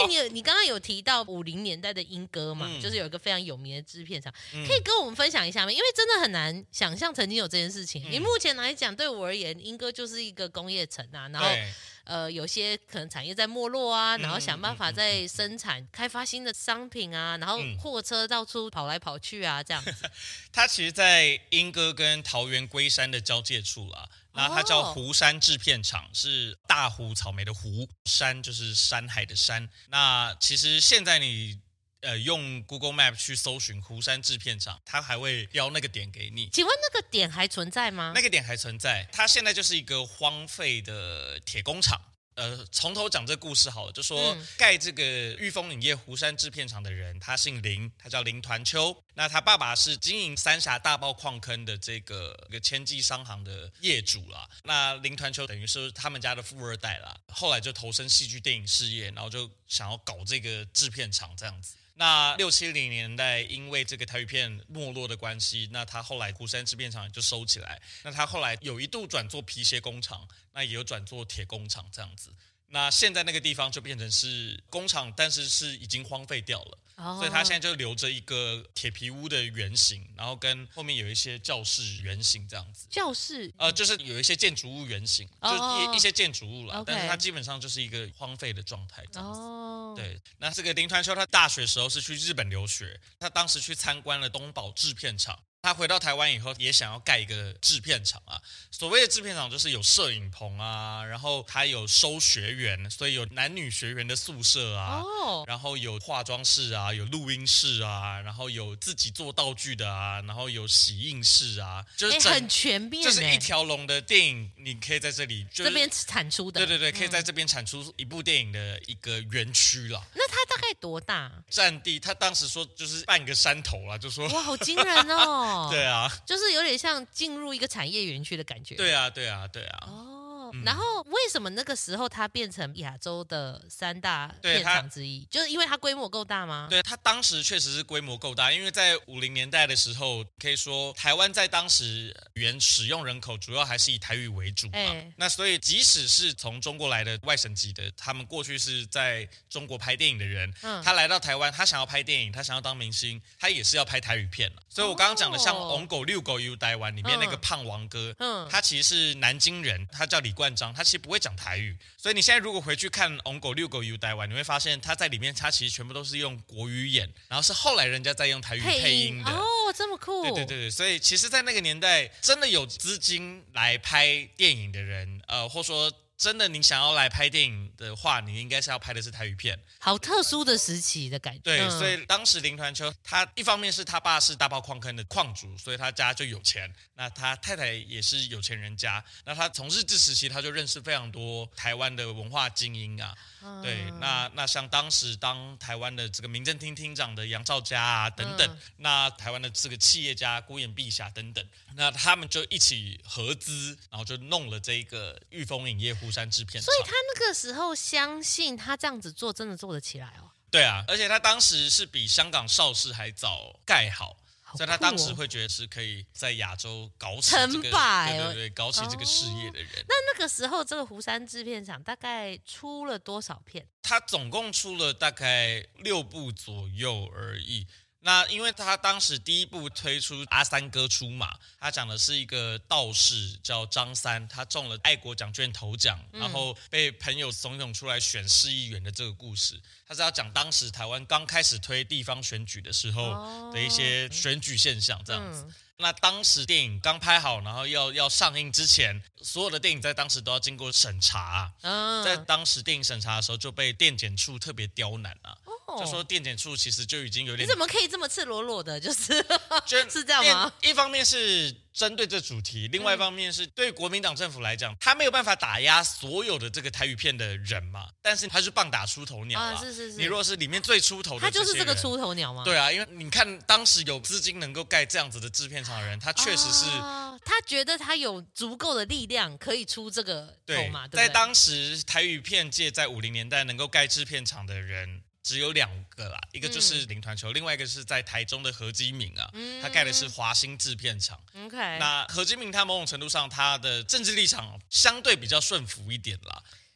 为你你刚刚有提到五零年代的莺歌嘛、嗯，就是有一个非常有名的制片厂、嗯，可以跟我们分享一下吗？因为真的很难想象曾经有这件事情。以、嗯、目前来讲，对我而言，莺歌就是一个工业城啊，然后呃有些可能产业在没落啊，然后想办法在生产、嗯嗯、开发新的商品啊，然后货车到处跑来跑去啊，这样子。 它其实，在莺歌跟桃园龟山的交界处啦。那它叫湖山制片厂，是大湖草莓的湖，山就是山海的山。那其实现在你呃用 Google Map 去搜寻湖山制片厂，它还会标那个点给你。 请问那个点还存在吗？ 那个点还存在，它现在就是一个荒废的铁工厂。呃，从头讲这故事好了，就说、嗯、盖这个裕丰影业湖山制片厂的人，他姓林，他叫林团秋。那他爸爸是经营三峡大爆矿坑的这个一个千纪商行的业主啦。那林团秋等于是他们家的富二代啦，后来就投身戏剧电影事业，然后就想要搞这个制片厂这样子。那六七零年代，因为这个台语片没落的关系，那他后来湖山制片厂就收起来。那他后来有一度转做皮鞋工厂，那也有转做铁工厂这样子。那现在那个地方就变成是工厂，但是是已经荒废掉了。Oh. 所以他现在就留着一个铁皮屋的原型，然后跟后面有一些教室原型这样子。 教室呃，就是有一些建筑物原型， oh. 就 一, 一些建筑物啦， okay. 但是它基本上就是一个荒废的状态这样子。Oh. 对，那这个林团秋他大学时候是去日本留学，他当时去参观了东宝制片厂。他回到台湾以后，也想要盖一个制片厂啊。所谓的制片厂就是有摄影棚啊，然后他有收学员，所以有男女学员的宿舍啊， oh. 然后有化妆室啊，有录音室啊，然后有自己做道具的啊，然后有洗印室啊，就是整、 欸、很全面， 就是一条龙的电影，你可以在这里、就是、 这边产出的， 对对对，可以在这边产出一部电影的一个园区啦。 那它大概多大？ 占地，他当时说就是半个山头啦，就说哇，好惊人哦。 对啊， 就是有点像进入一个产业园区的感觉。 对啊，对啊，对啊。 哦，嗯、然后为什么那个时候它变成亚洲的三大片厂之一？就是因为它规模够大吗？ 对，它当时确实是规模够大，因为在五零年代的时候，可以说台湾在当时语言使用人口主要还是以台语为主嘛。欸、那所以即使是从中国来的外省籍的，他们过去是在中国拍电影的人，嗯、他来到台湾，他想要拍电影，他想要当明星，他也是要拍台语片了。所以我刚刚讲的像《翁狗六狗游台湾》里面那个胖王哥，嗯，他其实是南京人，他叫李冠章，他其实不会讲台语。所以你现在如果回去看《翁狗六狗游台湾》，你会发现他在里面，他其实全部都是用国语演，然后是后来人家在用台语配音的。 哦，这么酷！ 对对对对，所以其实，在那个年代，真的有资金来拍电影的人，呃，或说。真的，你想要来拍电影的话，你应该是要拍的是台语片。 好特殊的时期的感觉。 对，嗯、所以当时林团秋，他一方面是他爸是大爆矿坑的矿主，所以他家就有钱。那他太太也是有钱人家。那他从日治时期他就认识非常多台湾的文化精英啊。嗯、对，那那像当时当台湾的这个民政厅厅长的杨肇嘉啊等等，嗯、那台湾的这个企业家孤眼碧霞等等，那他们就一起合资，然后就弄了这个裕丰影业湖山制片厂。 所以他那个时候相信他这样子做真的做得起来哦。 对啊，而且他当时是比香港邵氏还早盖好。所以他当时会觉得是可以在亚洲搞起这个，对对对，搞起这个事业的人。哦、 那那个时候，这个湖山制片厂大概出了多少片？ 他总共出了大概六部左右而已。那因为他当时第一部推出阿三哥出马，他讲的是一个道士叫张三，他中了爱国奖券头奖，嗯、然后被朋友怂恿出来选市议员的这个故事。他是要讲当时台湾刚开始推地方选举的时候的一些选举现象这样子。哦嗯那当时电影刚拍好，然后要要上映之前，所有的电影在当时都要经过审查、啊。在当时电影审查的时候，就被电检处特别刁难啊。哦、就说电检处其实就已经有点， 你怎么可以这么赤裸裸的，就是就是这样吗？ 一方面是针对这主题，另外一方面是对国民党政府来讲，他没有办法打压所有的这个台语片的人嘛，但是他是棒打出头鸟啊。 是是是， 你如果是里面最出头的， 他就是这个出头鸟吗？ 对啊，因为你看当时有资金能够盖这样子的制片厂的人，他确实是、 哦、他觉得他有足够的力量可以出这个头嘛， 对, 对不对？ 在当时台语片界，在五零年代能够盖制片厂的人。只有两个啦，一个就是林团秋、嗯，另外一个是在台中的何基明啊，嗯、他盖的是华兴制片厂。Okay. 那何基明他某种程度上他的政治立场相对比较顺服一点啦。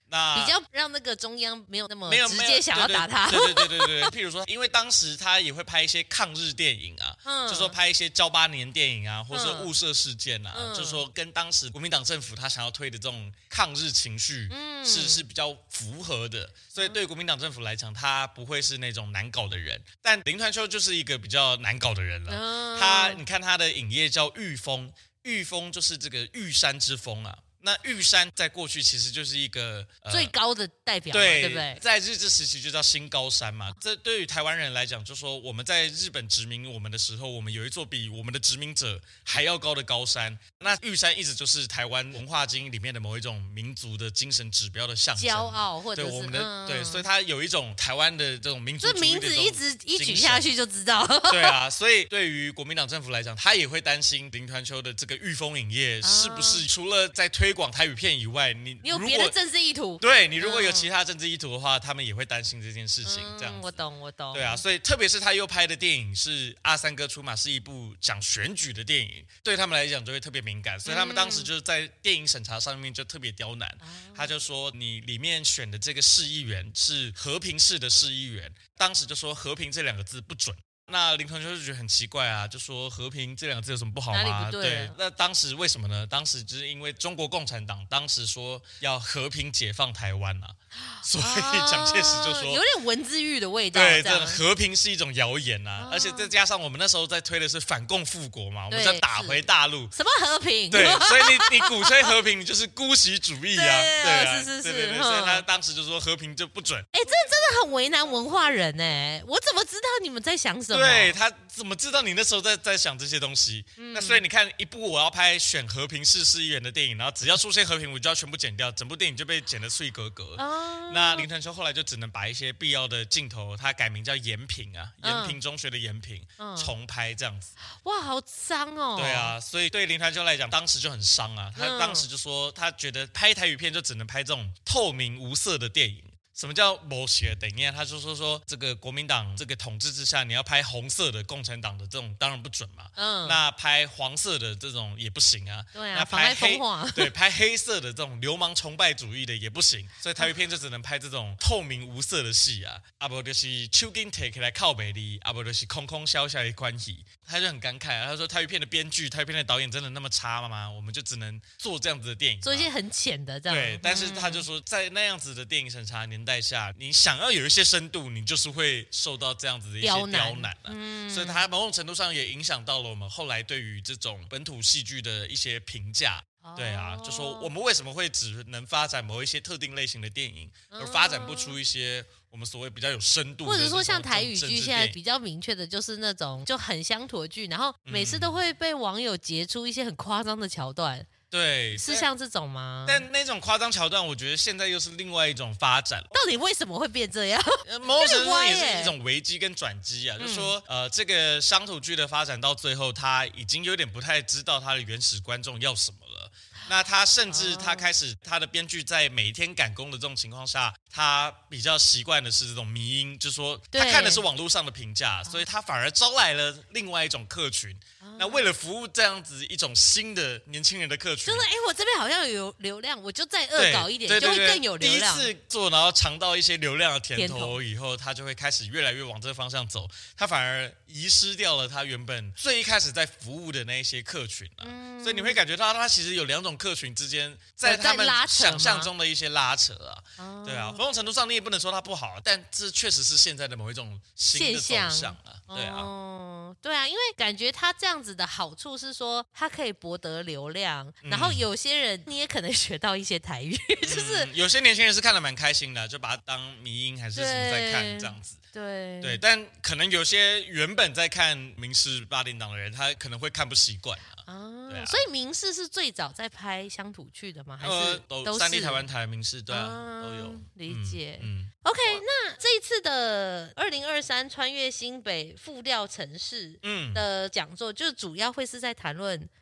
那比较让那个中央没有那么直接想要打他。 对对对对对对，譬如说，因为当时他也会拍一些抗日电影啊，嗯、就说拍一些噍吧年电影啊，或者说雾社事件啊，嗯、就说跟当时国民党政府他想要推的这种抗日情绪是、嗯、是比较符合的，所以对国民党政府来讲，他不会是那种难搞的人。但林团秋就是一个比较难搞的人了。嗯、他你看他的影业叫玉峰，玉峰就是这个玉山之峰啊。那玉山在过去其实就是一个、 呃、最高的代表嘛， 对, 对不对？ 在日治时期就叫新高山嘛。这对于台湾人来讲，就说我们在日本殖民我们的时候，我们有一座比我们的殖民者还要高的高山。那玉山一直就是台湾文化经里面的某一种民族的精神指标的象征， 骄傲或者是对我们的、 嗯、 对，所以它有一种台湾的这种民族主义的这种精神。 这名字一直一举下去就知道。 对啊，所以对于国民党政府来讲，他也会担心林团秋的这个玉峰影业是不是除了在推广台语片以外，你你有别的政治意图？ 对，你如果有其他政治意图的话，嗯、他们也会担心这件事情。 嗯、 这样子， 我懂，我懂。 对啊，所以特别是他又拍的电影是阿三哥出马，是一部讲选举的电影，对他们来讲就会特别敏感，所以他们当时就是在电影审查上面就特别刁难。嗯、他就说，你里面选的这个市议员是和平市的市议员，当时就说和平这两个字不准。那林团秋就觉得很奇怪啊，就说和平这两个字有什么不好吗？ 哪里不对？ 对，那当时为什么呢？当时就是因为中国共产党当时说要和平解放台湾啊，所以蒋介石就说、啊、 有点文字狱的味道。 对，这和平是一种谣言啊，啊而且再加上我们那时候在推的是反共复国嘛，我们要打回大陆。 什么和平？ 对，所以你你鼓吹和平，你就是姑息主义啊， 对, 对啊， 是是是， 对对对，所以他当时就说和平就不准。 哎，这真的很为难文化人哎，我怎么知道你们在想什么？ 对他。怎么知道你那时候在在想这些东西？嗯、那所以你看，一部我要拍选和平市市议员的电影，然后只要出现和平，我就要全部剪掉，整部电影就被剪得碎格格。哦、那林团秋后来就只能把一些必要的镜头，他改名叫延平啊，延、嗯、平中学的延平，嗯、重拍这样子。 哇，好脏哦！ 对啊，所以对林团秋来讲，当时就很伤啊。他当时就说，他觉得拍台语片就只能拍这种透明无色的电影。什么叫没血等一下，他就说说这个国民党这个统治之下，你要拍红色的共产党的这种当然不准嘛。嗯。那拍黄色的这种也不行啊。 对啊。 那拍黑对拍黑色的这种流氓崇拜主义的也不行，所以台语片就只能拍这种透明无色的戏啊。啊不就是手巾提起来靠北的，啊不就是空空小小的关系。他就很感慨啊，他说台语片的编剧、台语片的导演真的那么差吗？我们就只能做这样子的电影， 做一些很浅的这样。 对，但是他就说，在那样子的电影审查年代下，你想要有一些深度，你就是会受到这样子的一些刁难啊。嗯，所以它某种程度上也影响到了我们后来对于这种本土戏剧的一些评价。对啊，就说我们为什么会只能发展某一些特定类型的电影，而发展不出一些我们所谓比较有深度的， 或者说像台语剧现在比较明确的就是那种就很乡土剧，然后每次都会被网友截出一些很夸张的桥段。 对， 是像这种吗？ 但那种夸张桥段，我觉得现在又是另外一种发展。 到底为什么会变这样？ 某种程度上也是一种危机跟转机啊。嗯、就是说，呃，这个乡土剧的发展到最后，他已经有点不太知道他的原始观众要什么了。那他甚至他开始他的编剧在每天赶工的这种情况下，他比较习惯的是这种迷因，就是说他看的是网络上的评价，所以他反而招来了另外一种客群。那为了服务这样子一种新的年轻人的客群， 就是哎，我这边好像有流量，我就再恶搞一点，对对对对，就会更有流量。 第一次做，然后尝到一些流量的甜头以后，他就会开始越来越往这个方向走，他反而遗失掉了他原本最一开始在服务的那一些客群啊。嗯、所以你会感觉到他其实有两种客群之间在他们想象中的一些拉扯啊。哦、对啊，某种程度上你也不能说它不好，但这确实是现在的某一种新的走向啊。对啊。 哦，对啊，因为感觉他这样子的好处是说，他可以博得流量，嗯、然后有些人你也可能学到一些台语，嗯、就是有些年轻人是看得蛮开心的，就把它当迷因还是什么在看这样子。 对对，但可能有些原本在看民视八点档的人，他可能会看不习惯啊。 啊，啊所以民视是最早在拍乡土剧的吗？还是、呃、 都三立台湾台民视对啊、啊都有理解。嗯, 嗯 ，OK， 那这一次的二零二三穿越新北复调城市的讲座，嗯、就主要会是在谈论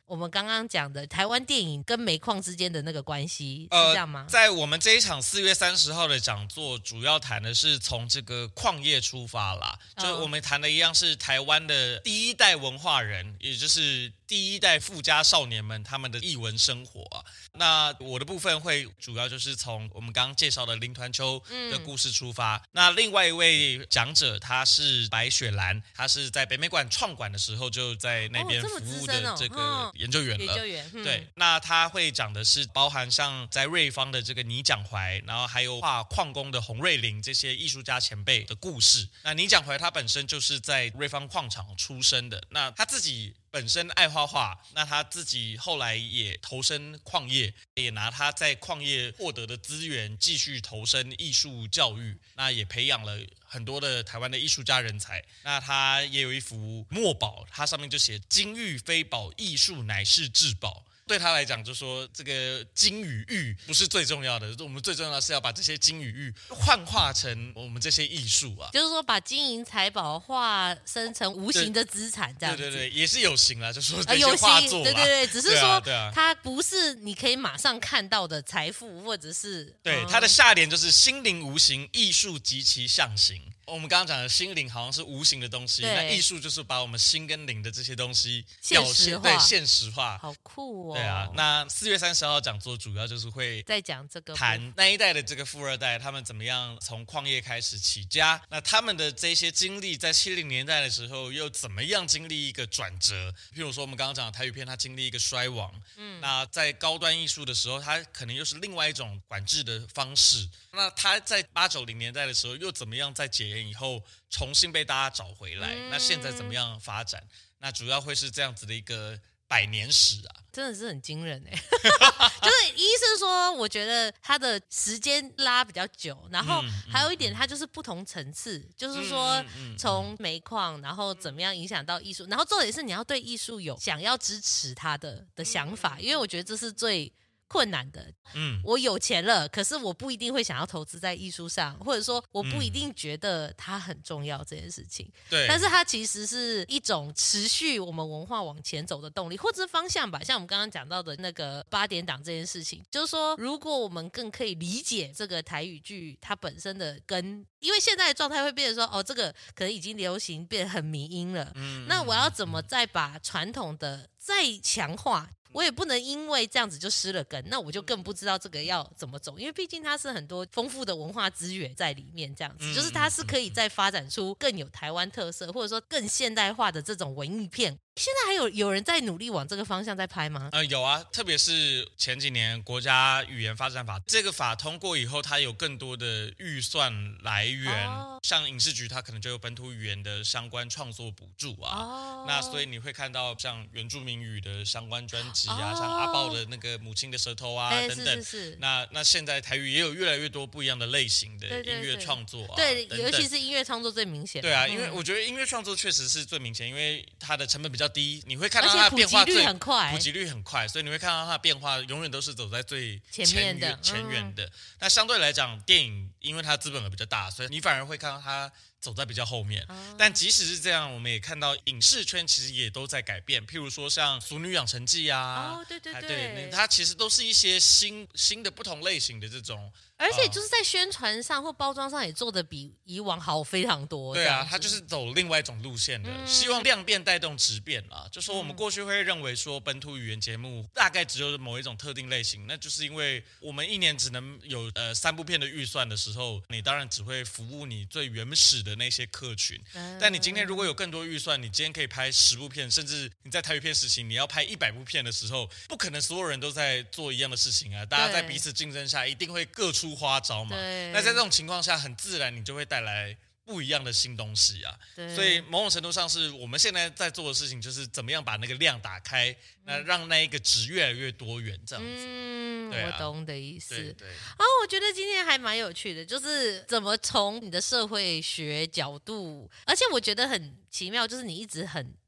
我们刚刚讲的台湾电影跟煤矿之间的那个关系，是这样吗？ 呃、在我们这一场四月三十号的讲座，主要谈的是从这个矿业出发啦，哦、就我们谈的一样是台湾的第一代文化人，也就是第一代富家少年们他们的艺文生活啊。那我的部分会主要就是从我们刚刚介绍的林团秋的故事出发。嗯、那另外一位讲者他是白雪兰，他是在北美馆创馆的时候就在那边服务的这个研究员了。哦、 研究员、嗯、 对，那他会讲的是包含像在瑞芳的这个倪蒋怀，然后还有画矿工的洪瑞麟这些艺术家前辈的故事。那倪蒋怀他本身就是在瑞芳矿场出生的，那他自己本身爱画画，那他自己后来也投身矿业，也拿他在矿业获得的资源继续投身艺术教育，那也培养了很多的台湾的艺术家人才。那他也有一幅墨宝，它上面就写金玉非宝，艺术乃是至宝。对他来讲，就说这个金与玉不是最重要的，我们最重要的是要把这些金与玉幻化成我们这些艺术啊， 就是说把金银财宝化生成无形的资产，这样子。 对对对，也是有形啦，就说这些画作、啊、 对对对，只是说对、啊对啊、 它不是你可以马上看到的财富，或者是对、嗯、它的下联就是心灵无形，艺术及其象形。我们刚刚讲的心灵好像是无形的东西，那艺术就是把我们心跟灵的这些东西现实化， 对，现实化， 好酷哦。 对啊，那四月三十号讲座主要就是会在讲这个谈那一代的这个富二代，他们怎么样从矿业开始起家，那他们的这些经历在七零年代的时候又怎么样经历一个转折？譬如说我们刚刚讲的台语片，它经历一个衰亡，嗯，那在高端艺术的时候，它可能又是另外一种管制的方式。那他在八九零年代的时候又怎么样在解严以后重新被大家找回来？嗯、那现在怎么样发展？那主要会是这样子的一个百年史啊， 真的是很惊人哎！就是一是说，我觉得它的时间拉比较久，然后还有一点，它就是不同层次，嗯、就是说从煤矿，然后怎么样影响到艺术，然后重点是你要对艺术有想要支持它的的想法，因为我觉得这是最困难的。嗯，我有钱了，可是我不一定会想要投资在艺术上，或者说我不一定觉得它很重要这件事情。 对， 但是它其实是一种持续我们文化往前走的动力，或者是方向吧。像我们刚刚讲到的那个八点档这件事情，就是说，如果我们更可以理解这个台语剧它本身的根，因为现在的状态会变成说，哦，这个可能已经流行，变得很迷因了。嗯，那我要怎么再把传统的再强化？我也不能因为这样子就失了根，那我就更不知道这个要怎么走，因为毕竟它是很多丰富的文化资源在里面，这样子、嗯、就是它是可以再发展出更有台湾特色，或者说更现代化的这种文艺片。现在还有有人在努力往这个方向在拍吗？ 呃，有啊，特别是前几年国家语言发展法这个法通过以后，它有更多的预算来源，哦、像影视局它可能就有本土语言的相关创作补助啊，哦、那所以你会看到像原住民语的相关专辑啊，哦、像阿豹的那个母亲的舌头啊、欸、等等， 是是是， 那那现在台语也有越来越多不一样的类型的音乐创作啊， 对， 对， 尤其是音乐创作最明显。 对啊，因为我觉得音乐创作确实是最明显，因为它的成本比较低，你会看到它的变化最普及率很快， 普及率很快，所以你会看到它的变化永远都是走在最前面的、 前沿的。嗯、那相对来讲，电影因为它资本额比较大，所以你反而会看到它走在比较后面。哦、但即使是这样，我们也看到影视圈其实也都在改变，譬如说像《俗女养成记》啊， 哦，对对 对, 对，它其实都是一些新新的不同类型的这种。 而且就是在宣传上或包装上也做得比以往好非常多。 对啊，它就是走另外一种路线的，嗯、希望量变带动质变啦。就说我们过去会认为说本土语言节目大概只有某一种特定类型，那就是因为我们一年只能有呃三部片的预算的时候，你当然只会服务你最原始的那些客群。嗯、但你今天如果有更多预算，你今天可以拍十部片，甚至你在台语片时期你要拍一百部片的时候，不可能所有人都在做一样的事情啊！大家在彼此竞争下，一定会各出花招嘛。那在这种情况下，很自然你就会带来不一样的新东西啊。所以某种程度上是我们现在在做的事情，就是怎么样把那个量打开，嗯、那让那一个值越来越多元，这样子。 嗯，啊、我懂的意思。 对对。 啊，我觉得今天还蛮有趣的，就是怎么从你的社会学角度，而且我觉得很奇妙，就是你一直很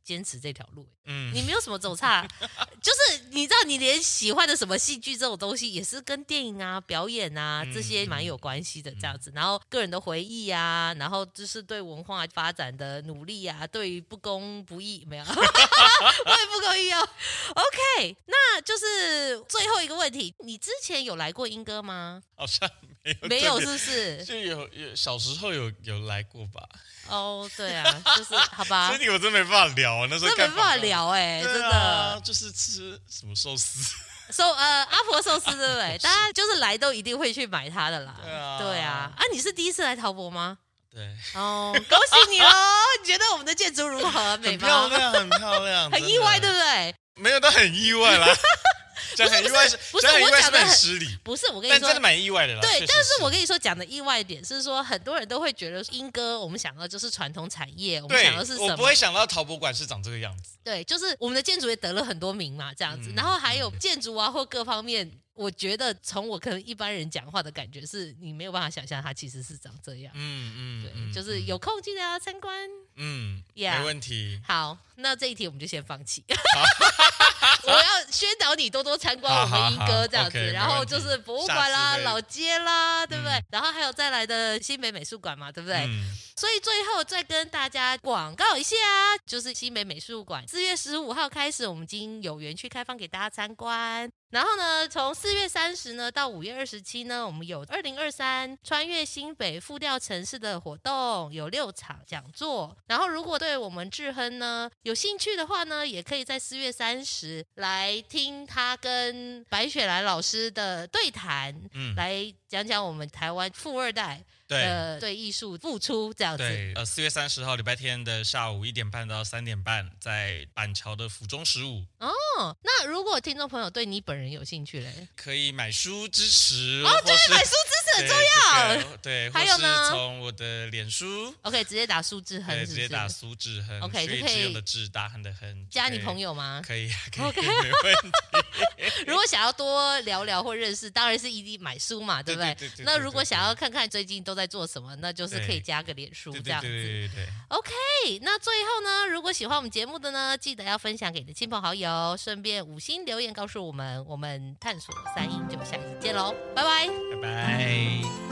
坚持这条路，嗯，你没有什么走岔，就是你知道，你连喜欢的什么戏剧这种东西，也是跟电影啊、表演啊这些蛮有关系的这样子。然后个人的回忆啊，然后就是对文化发展的努力啊，对于不公不义没有，对不公义哦。OK， 那就是最后一个问题，你之前有来过莺歌吗？ 好像没有， 没有是不是？ 就有有小时候有有来过吧。 哦，对啊，就是好吧。 这题我真没办法聊，那时候真没办法聊哎、欸，真的就是吃什么寿司。 寿、so, 呃阿婆寿司对不对？大家就是来都一定会去买它的啦。对啊，对啊。啊，你是第一次来陶博吗？ 对。 哦，恭喜你喽！你觉得我们的建筑如何？美吗？ 很漂亮，很漂亮， 很意外，对不对？ 没有到很意外啦。讲很意外是， 不是很意外是我讲的很失礼。 不是我跟你说， 但真的蛮意外的啦。 对，但是我跟你说讲的意外一点是说，很多人都会觉得莺歌我们想到就是传统产业，我们想到是什么？ 我不会想到陶博馆是长这个样子。 对，就是我们的建筑也得了很多名嘛，这样子，嗯、然后还有建筑啊或各方面。我觉得从我可能一般人讲话的感觉是你没有办法想象它其实是长这样。嗯嗯，对，嗯、就是有空记得要参观。嗯， yeah, 没问题。 好，那这一题我们就先放弃。我要宣导你多多参观我们莺歌这样子，好好好 okay, 然后就是博物馆啦、老街啦，对不对？嗯、然后还有再来的新北美术馆嘛，对不对？嗯、所以最后再跟大家广告一下，就是新北美术馆四月十五号开始，我们已经有园区开放给大家参观。然后呢，从四月三十呢到五月二十七呢，我们有二零二三穿越新北复调城市的活动，有六场讲座。然后如果对我们志亨呢有兴趣的话呢，也可以在四月三十来听他跟白雪兰老师的对谈，嗯，来讲讲我们台湾富二代对呃对艺术付出这样子。 对，呃，四月三十号礼拜天的下午一点半到三点半，在板桥的府中十五。 哦，那如果听众朋友对你本人有兴趣嘞， 可以买书支持哦，对，买书支持很重要。 对，這個、對还有呢， 从我的脸书 ，OK， 直接打苏志亨， 直接打苏志亨 ，OK 就可以用的志大亨的亨， 加你朋友吗？ 可以，可以， okay. 没问题。 如果想要多聊聊或认识，当然是一定买书嘛，对不对？对对对对对对对。那如果想要看看最近都在做什么，那就是可以加个脸书这样子。对对对对对 OK， 那最后呢，如果喜欢我们节目的呢，记得要分享给你的亲朋好友，顺便五星留言告诉我们，我们探索三英就下期见喽，拜拜， 拜拜。